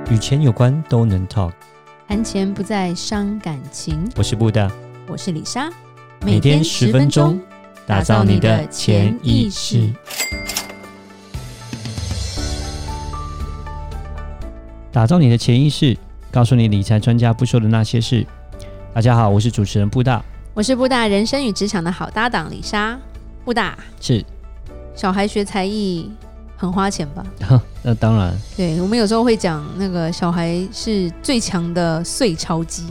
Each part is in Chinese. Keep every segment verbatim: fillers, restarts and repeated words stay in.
与钱有关都能 talk。 谈钱不再伤感情。 我是布大， 我是李莎， 每天十分钟，打造你的潜意识。打造你的潜意识，告诉你理财专家不说的那些事。大家好，我是主持人布大， 我是布大人生与职场的好搭档李莎。布大， 是小孩学才艺很花钱吧？ 那当然， 对，我们有时候会讲那个小孩是最强的碎钞机，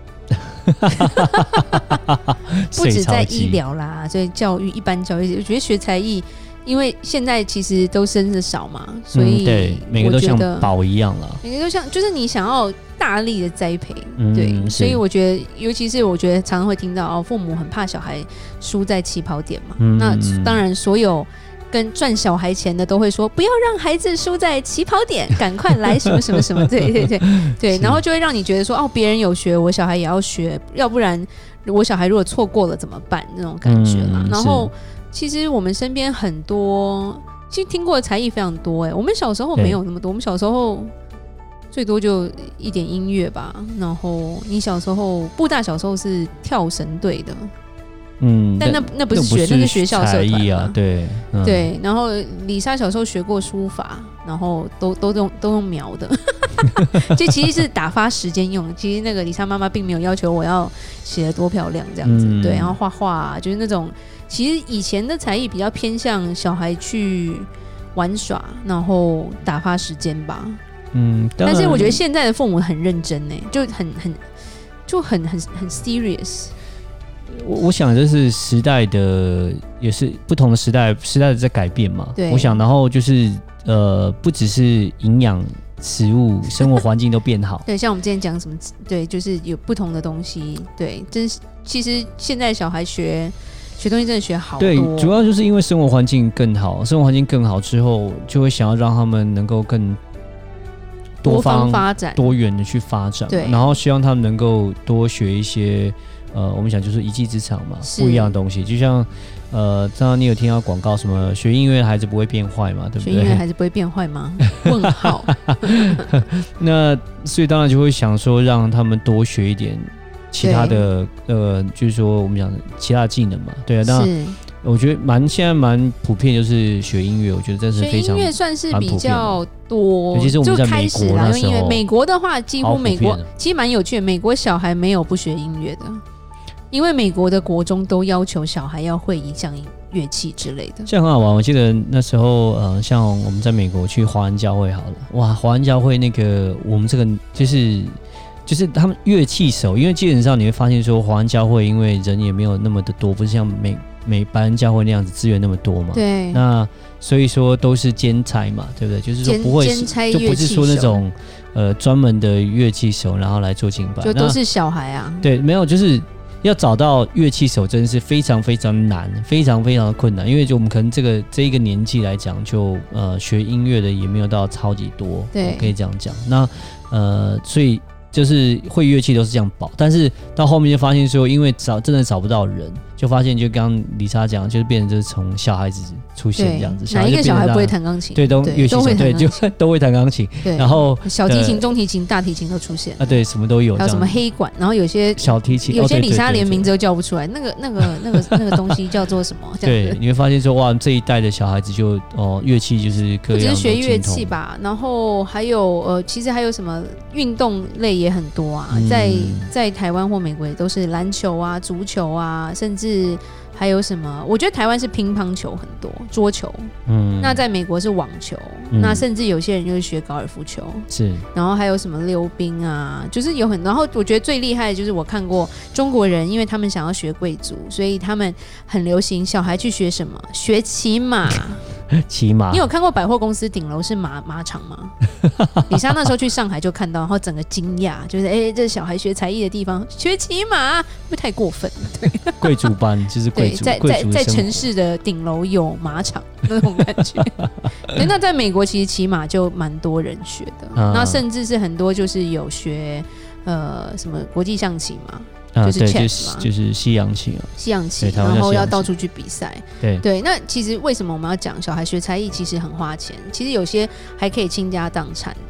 不止在医疗啦，所以教育一般教育，我觉得学才艺，因为现在其实都生的少嘛，所以、嗯、 对，每个都像宝一样了， 每个都像，就是你想要大力的栽培，嗯、对，所以我觉得，尤其是我觉得常常会听到哦，父母很怕小孩输在起跑点嘛，嗯、那当然所有跟赚小孩钱的都会说，不要让孩子输在起跑点，赶快来什么什么什么，对对对对，然后就会让你觉得说，哦，别人有学，我小孩也要学，要不然我小孩如果错过了怎么办？那种感觉啦。嗯、然后其实我们身边很多，其实听过的才艺非常多哎、欸，我们小时候没有那么多，我们小时候最多就一点音乐吧。然后你小时候，布大小时候是跳绳队的。嗯，但那那不是学，那是学校社团嘛， 啊，对、 嗯、对。然后李莎小时候学过书法，然后都都用都用描的，这其实是打发时间用。其实那个李莎妈妈并没有要求我要写得多漂亮这样子，嗯、对。然后画画、啊，就是那种，其实以前的才艺比较偏向小孩去玩耍，然后打发时间吧。嗯，但是我觉得现在的父母很认真呢，就很很就很很很 serious。 我, 我想这是时代的，也是不同的时代，时代的在改变嘛。我想，然后就是呃，不只是营养、食物、生活环境都变好。 对，像我们之前讲什么，对，就是有不同的东西。对，真是其实现在小孩学学东西真的学好多。 对，主要就是因为生活环境更好，生活环境更好之后，就会想要让他们能够更多方发展、 多元的去发展。对，然后希望他们能够多学一些。呃，我们讲就是一技之长嘛，不一样的东西，就像呃，刚刚你有听到广告什么学音乐的孩子不会变坏嘛，对不对？ 学音乐孩子不会变坏吗？问号。 那所以当然就会想说，让他们多学一点其他的，呃，就是说我们讲其他的技能嘛，对啊。那我觉得蛮现在蛮普遍，就是学音乐，我觉得真是非常学音乐算是比较多， 尤其是我们在美国那时候， 因为美国的话，几乎美国其实蛮有趣的，美国小孩没有不学音乐的。因为美国的国中都要求小孩要会一项乐器之类的， 这样很好玩。我记得那时候，呃，像我们在美国去华人教会好了，哇，华人教会那个我们这个就是就是他们乐器手，因为基本上你会发现说，华人教会因为人也没有那么的多，不是像美美班教会那样子资源那么多嘛， 对， 那所以说都是兼差嘛，对不对？就是说不会就不是说那种呃专门的乐器手，然后来做敬拜， 就都是小孩啊， 对，没有就是。要找到乐器手真的是非常非常难，非常非常的困难，因为就我们可能这个这一个年纪来讲，就呃学音乐的也没有到超级多，对，可以这样讲。那呃，所以就是会乐器都是这样保，但是到后面就发现说，因为找真的找不到人，就发现就刚刚李莎讲，就是变成就是从小孩子出现这样子。 哪一个小孩不会弹钢琴？ 对，都乐器手对，就都会弹钢琴。 对， 然后小提琴、中提琴、大提琴都出现啊，对，什么都有。 还有什么黑管？然后有些小提琴， 有些李莎连名字都叫不出来。那个、那个、那个、那个东西叫做什么？ 对，你会发现说，哇，这一代的小孩子就哦，乐器就是各样的， 不只是学乐器吧，然后还有呃，其实还有什么运动类也很多啊。在在台湾或美国也都是篮球啊、足球啊，甚至还有什么？我觉得台湾是乒乓球很多，桌球。嗯，那在美国是网球，嗯、那甚至有些人就是学高尔夫球。是，然后还有什么溜冰啊，就是有很。然后我觉得最厉害的就是我看过中国人，因为他们想要学贵族，所以他们很流行小孩去学什么？学骑马。 骑马， 你有看过百货公司顶楼是马马场吗？李莎那时候去上海就看到，然后整个惊讶，就是哎、欸，这小孩学才艺的地方学骑马，会不会太过分？对， 贵族班就是贵族， 在在在城市的顶楼有马场那种感觉。对，那在美国其实骑马就蛮多人学的，那、啊、甚至是很多就是有学呃什么国际象棋嘛。 啊、 就是 chess 嘛， 就是西洋棋啊， 西洋棋，然后要到处去比赛。对对，那其实为什么我们要讲小孩学才艺其实很花钱？其实有些还可以倾家荡产的。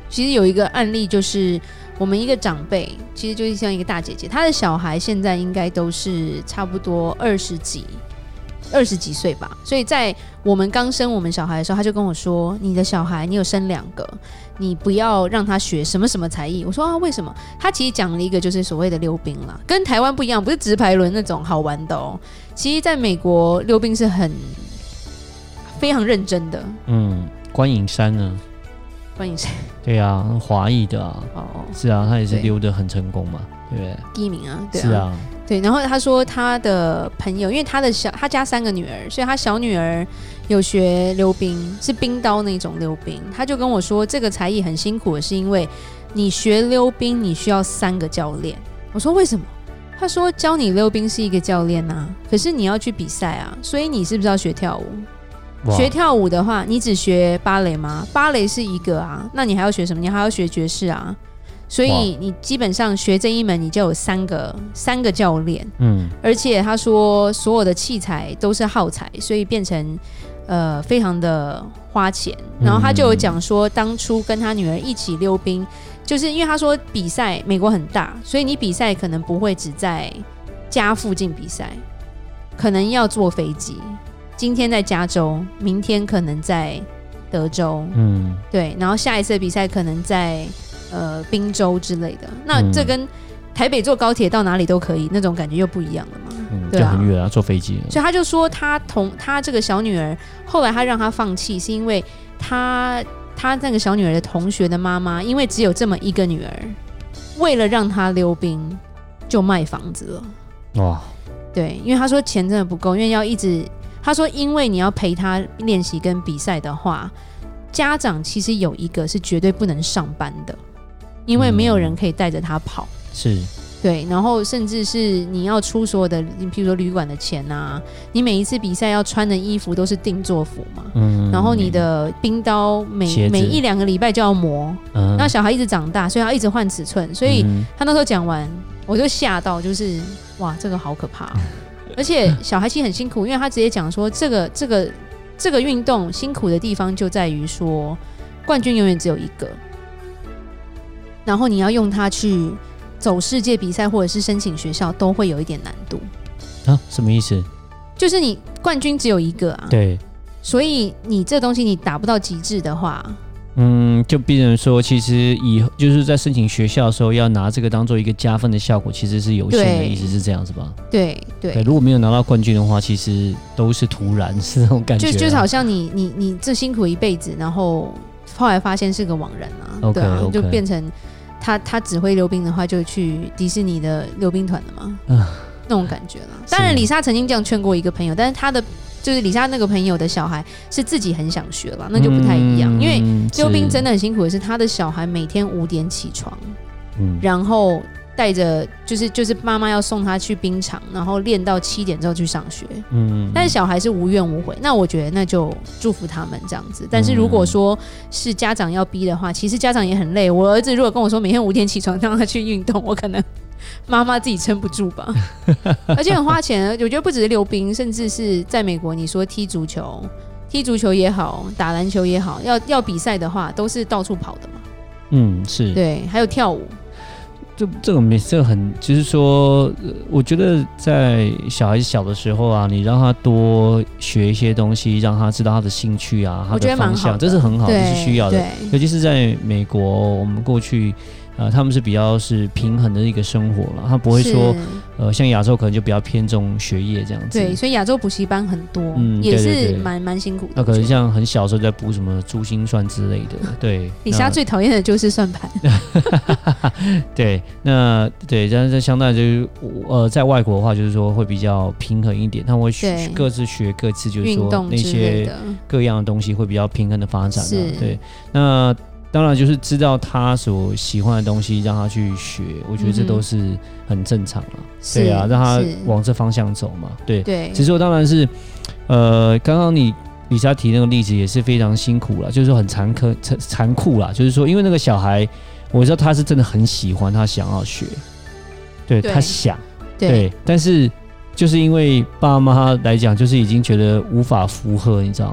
其实有一个案例，就是我们一个长辈，其实就是像一个大姐姐，她的小孩现在应该都是差不多二十几二十几岁吧，所以在我们刚生我们小孩的时候，他就跟我说，你的小孩你有生两个，你不要让他学什么什么才艺。我说啊，为什么？他其实讲了一个就是所谓的溜冰啦，跟台湾不一样，不是直排轮那种好玩的哦。其实在美国溜冰是很非常认真的。嗯， 观影山呢？ 观影山对啊，华裔的啊，哦，是啊，他也是溜得很成功嘛，对不对？ 第一名啊，对啊， 是啊。 对，然后他说他的朋友，因为他的小他家三个女儿，所以他小女儿有学溜冰，是冰刀那种溜冰。他就跟我说，这个才艺很辛苦的是因为你学溜冰你需要三个教练。我说为什么？他说教你溜冰是一个教练啊，可是你要去比赛啊，所以你是不是要学跳舞？学跳舞的话，你只学芭蕾吗？芭蕾是一个啊，那你还要学什么？你还要学爵士啊。所以你基本上学这一门，你就有三个三个教练，嗯，而且他说所有的器材都是耗材，所以变成呃非常的花钱。然后他就有讲说，当初跟他女儿一起溜冰，就是因为他说比赛美国很大，所以你比赛可能不会只在家附近比赛，可能要坐飞机。今天在加州，明天可能在德州，嗯，对，然后下一次的比赛可能在。呃，宾州之类的，那这跟台北坐高铁到哪里都可以，那种感觉又不一样了嘛， 嗯，对啊，就很远啊，坐飞机。 所以他就说，他同他这个小女儿，后来他让他放弃，是因为他他那个小女儿的同学的妈妈，因为只有这么一个女儿，为了让她溜冰，就卖房子了。哇，对，因为他说钱真的不够，因为要一直，他说因为你要陪她练习跟比赛的话，家长其实有一个是绝对不能上班的。因为没有人可以带着他跑， 是对，然后甚至是你要出所有的，譬如说旅馆的钱啊，你每一次比赛要穿的衣服都是定做服嘛，嗯，然后你的冰刀每每一两个礼拜就要磨，嗯，那小孩一直长大，所以要一直换尺寸，所以他那时候讲完，我就吓到，就是哇，这个好可怕，而且小孩其实很辛苦，因为他直接讲说，这个这个这个运动辛苦的地方就在于说，冠军永远只有一个。然后你要用它去走世界比赛或者是申请学校都会有一点难度啊？什么意思？ 就是你冠军只有一个啊， 对， 所以你这东西你达不到极致的话， 嗯，就变成说，其实以后就是在申请学校的时候要拿这个当做一个加分的效果，其实是有限的，意思是这样子吧？ 对 对, 对，如果没有拿到冠军的话，其实都是徒然，是那种感觉、啊， 就就是好像你你你这辛苦一辈子，然后后来发现是个枉然啊， okay, 对啊， okay. 就变成。他他只会溜冰的话，就去迪士尼的溜冰团了嘛，嗯、那种感觉啦。当然，李莎曾经这样劝过一个朋友，但是他的就是李莎那个朋友的小孩是自己很想学啦，那就不太一样。嗯、因为溜冰真的很辛苦的是，他的小孩每天五点起床，嗯、然后带着就是就是妈妈要送他去冰场，然后练到七点之后去上学。嗯，但是小孩是无怨无悔，那我觉得那就祝福他们这样子。但是如果说是家长要逼的话，其实家长也很累。我儿子如果跟我说每天五点起床让他去运动，我可能妈妈自己撑不住吧。而且很花钱，我觉得不只是溜冰，甚至是在美国，你说踢足球、踢足球也好，打篮球也好，要要比赛的话，都是到处跑的嘛。嗯，是对，还有跳舞。 这这个没这个很，就是说，我觉得在小孩子小的时候啊，你让他多学一些东西，让他知道他的兴趣啊，他的方向，这是很好，这是需要的。尤其是在美国，我们过去。呃，他们是比较是平衡的一个生活了，他不会说，呃，像亚洲可能就比较偏重学业这样子。 对，所以亚洲补习班很多，嗯，也是蛮蛮辛苦的。 那可能像很小的时候在补什么珠心算之类的，对。 李莎最讨厌的就是算盘。 对，那对，但是相对就是呃，在外国的话，就是说会比较平衡一点，他们会学各自学各自，就是说那些各样的东西会比较平衡的发展。是，对，那。当然，就是知道他所喜欢的东西，让他去学，我觉得这都是很正常了。嗯、对啊，让他往这方向走嘛。对，对。只是说，当然是，呃，刚刚你李莎提那个例子也是非常辛苦了，就是说很残酷、残酷啦。就是说，因为那个小孩，我知道他是真的很喜欢，他想要学，对, 对他想，对，对但是就是因为爸妈来讲，就是已经觉得无法负荷，你知道吗？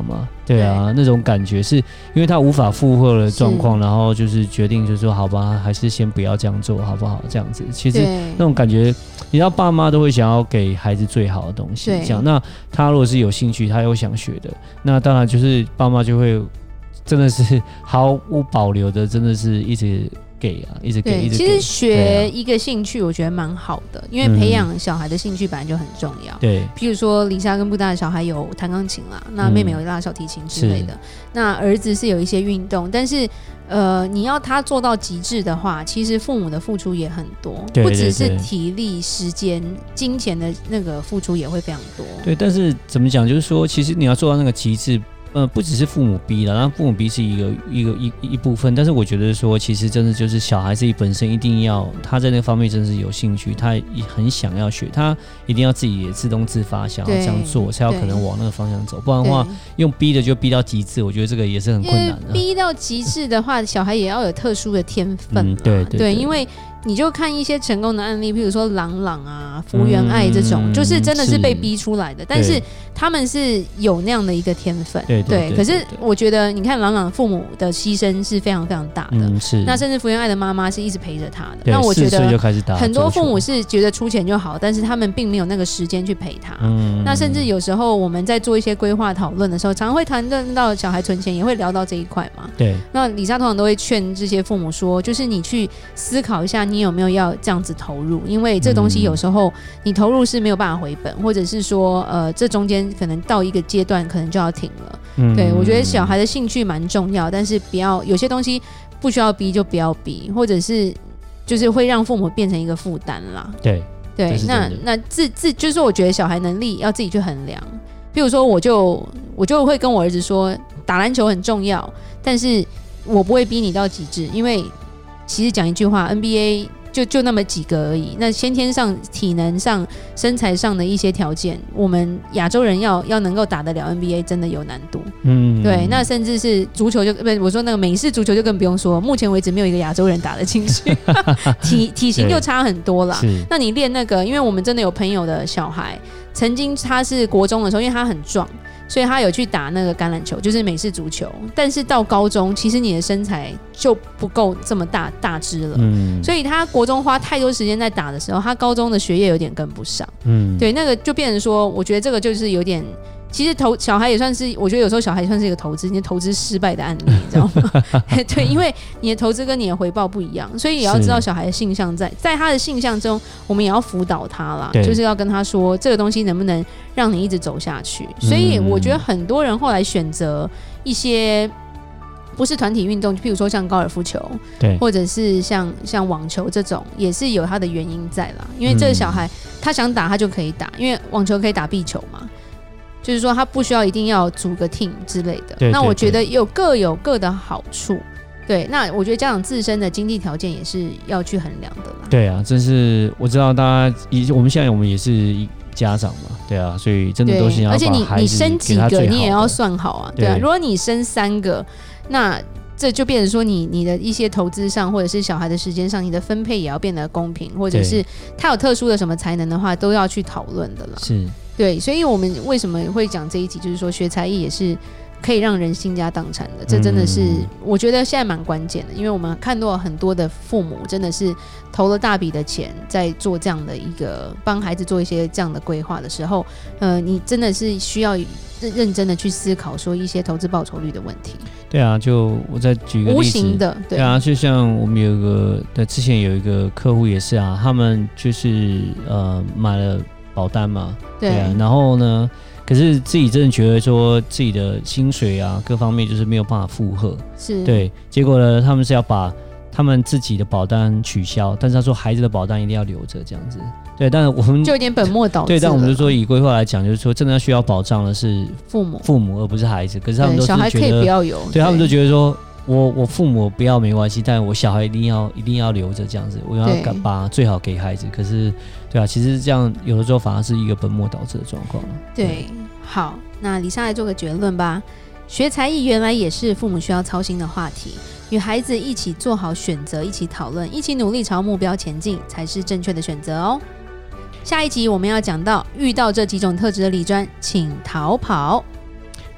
对啊，对那种感觉是因为他无法负荷的状况，然后就是决定就是说好吧，还是先不要这样做好不好？这样子，其实那种感觉，你知道爸妈都会想要给孩子最好的东西，这样。那他如果是有兴趣，他又想学的，那当然就是爸妈就会真的是毫无保留的，真的是一直。给啊，一直给，一直给。 其实学一个兴趣，我觉得蛮好的，因为培养小孩的兴趣本来就很重要。对、嗯，譬如说李莎跟布大的小孩有弹钢琴啦，那妹妹有拉小提琴之类的，嗯、那儿子是有一些运动，但是呃，你要他做到极致的话，其实父母的付出也很多，对对对，不只是体力、时间、金钱的那个付出也会非常多。 对，但是怎么讲，就是说，其实你要做到那个极致。呃，不只是父母逼了，然后父母逼是一个一个一一部分，但是我觉得说，其实真的就是小孩自己本身一定要他在那个方面真的是有兴趣，他也很想要学，他一定要自己也自动自发想要这样做，才有可能往那个方向走，不然的话用逼的就逼到极致，我觉得这个也是很困难的。 逼到极致的话，小孩也要有特殊的天分、嗯，对 对, 对, 对，因为。你就看一些成功的案例，譬如说朗朗啊、福原爱这种、嗯，就是真的是被逼出来的，但是他们是有那样的一个天分，对对, 对, 对, 对。可是我觉得，你看朗朗父母的牺牲是非常非常大的，嗯、是。那甚至福原爱的妈妈是一直陪着他的。那我觉得很多父母是觉得出钱就好，但是他们并没有那个时间去陪他。嗯、那甚至有时候我们在做一些规划讨论的时候，常常会谈论到小孩存钱，也会聊到这一块嘛。对。那李莎通常都会劝这些父母说，就是你去思考一下。你有没有要这样子投入？因为这东西有时候你投入是没有办法回本，或者是说，呃，这中间可能到一个阶段可能就要停了。嗯、对，我觉得小孩的兴趣蛮重要，但是不要有些东西不需要逼就不要逼，或者是就是会让父母变成一个负担啦。对对，那那自自就是说，我觉得小孩能力要自己去衡量。譬如说，我就我就会跟我儿子说，打篮球很重要，但是我不会逼你到极致，因为。其实讲一句话 ，N B A 就就那么几个而已。那先天上、体能上、身材上的一些条件，我们亚洲人要要能够打得了 N B A， 真的有难度。嗯，对。那甚至是足球就不是我说那个美式足球就更不用说，目前为止没有一个亚洲人打得进去，体体型就差很多啦。那你练那个，因为我们真的有朋友的小孩，曾经他是国中的时候，因为他很壮。所以他有去打那个橄榄球，就是美式足球。但是到高中，其实你的身材就不够这么大大只了。嗯，所以他国中花太多时间在打的时候，他高中的学业有点跟不上。嗯，对，那个就变成说，我觉得这个就是有点。其实投小孩也算是，我觉得有时候小孩也算是一个投资，你投资失败的案例，你知道吗？对，因为你的投资跟你的回报不一样，所以也要知道小孩的性向在，在他的性向中，我们也要辅导他啦，就是要跟他说这个东西能不能让你一直走下去。所以我觉得很多人后来选择一些不是团体运动，譬如说像高尔夫球，对，或者是像像网球这种，也是有他的原因在啦。因为这个小孩他想打他就可以打，因为网球可以打壁球嘛。就是说他不需要一定要组个 team 之类的，对对对，那我觉得有各有各的好处。对，那我觉得家长自身的经济条件也是要去衡量的啦。对啊，真是我知道大家，我们现在我们也是家长嘛，对啊，所以真的都是要把孩子给他最好的。而且你你生几个你也要算好啊，对啊。如果你生三个，那这就变成说你你的一些投资上，或者是小孩的时间上，你的分配也要变得公平，或者是他有特殊的什么才能的话，都要去讨论的啦。是。对，所以我们为什么会讲这一集，就是说学才艺也是可以让人倾家荡产的，这真的是、嗯、我觉得现在蛮关键的，因为我们看到很多的父母真的是投了大笔的钱在做这样的一个帮孩子做一些这样的规划的时候，呃，你真的是需要认真的去思考说一些投资报酬率的问题。对啊，就我再举个例子，无形的 对, 对啊，就像我们有一个对之前有一个客户也是啊，他们就是呃买了保单嘛， 对, 对啊，然后呢可是自己真的觉得说自己的薪水啊各方面就是没有办法负荷，是对，结果呢他们是要把他们自己的保单取消，但是他说孩子的保单一定要留着这样子。对，但是我们就有点本末倒置。对，但我们就说以规划来讲，就是说真的要需要保障的是父母，父母而不是孩子。可是他们都是觉得小孩可以不要有，对，他们都觉得说我我父母不要没关系，但我小孩一定要一定要留着这样子，我要把最好给孩子。可是对啊，其实这样有的时候反而是一个本末倒置的状况。对，对，好，那李莎来做个结论吧。学才艺原来也是父母需要操心的话题，与孩子一起做好选择，一起讨论，一起努力朝目标前进，才是正确的选择哦。下一集我们要讲到遇到这几种特质的理专请逃跑。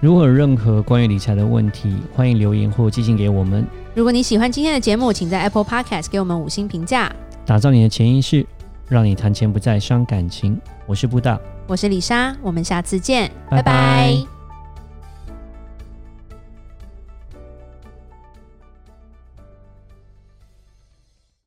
如果有任何关于理财的问题，欢迎留言或寄信给我们。 如果你喜欢今天的节目，请在 Apple Podcast 给我们五星评价。 打造你的潜意识，让你谈钱不再伤感情。我是布大， 我是李莎，我们下次见， 拜拜。 拜拜。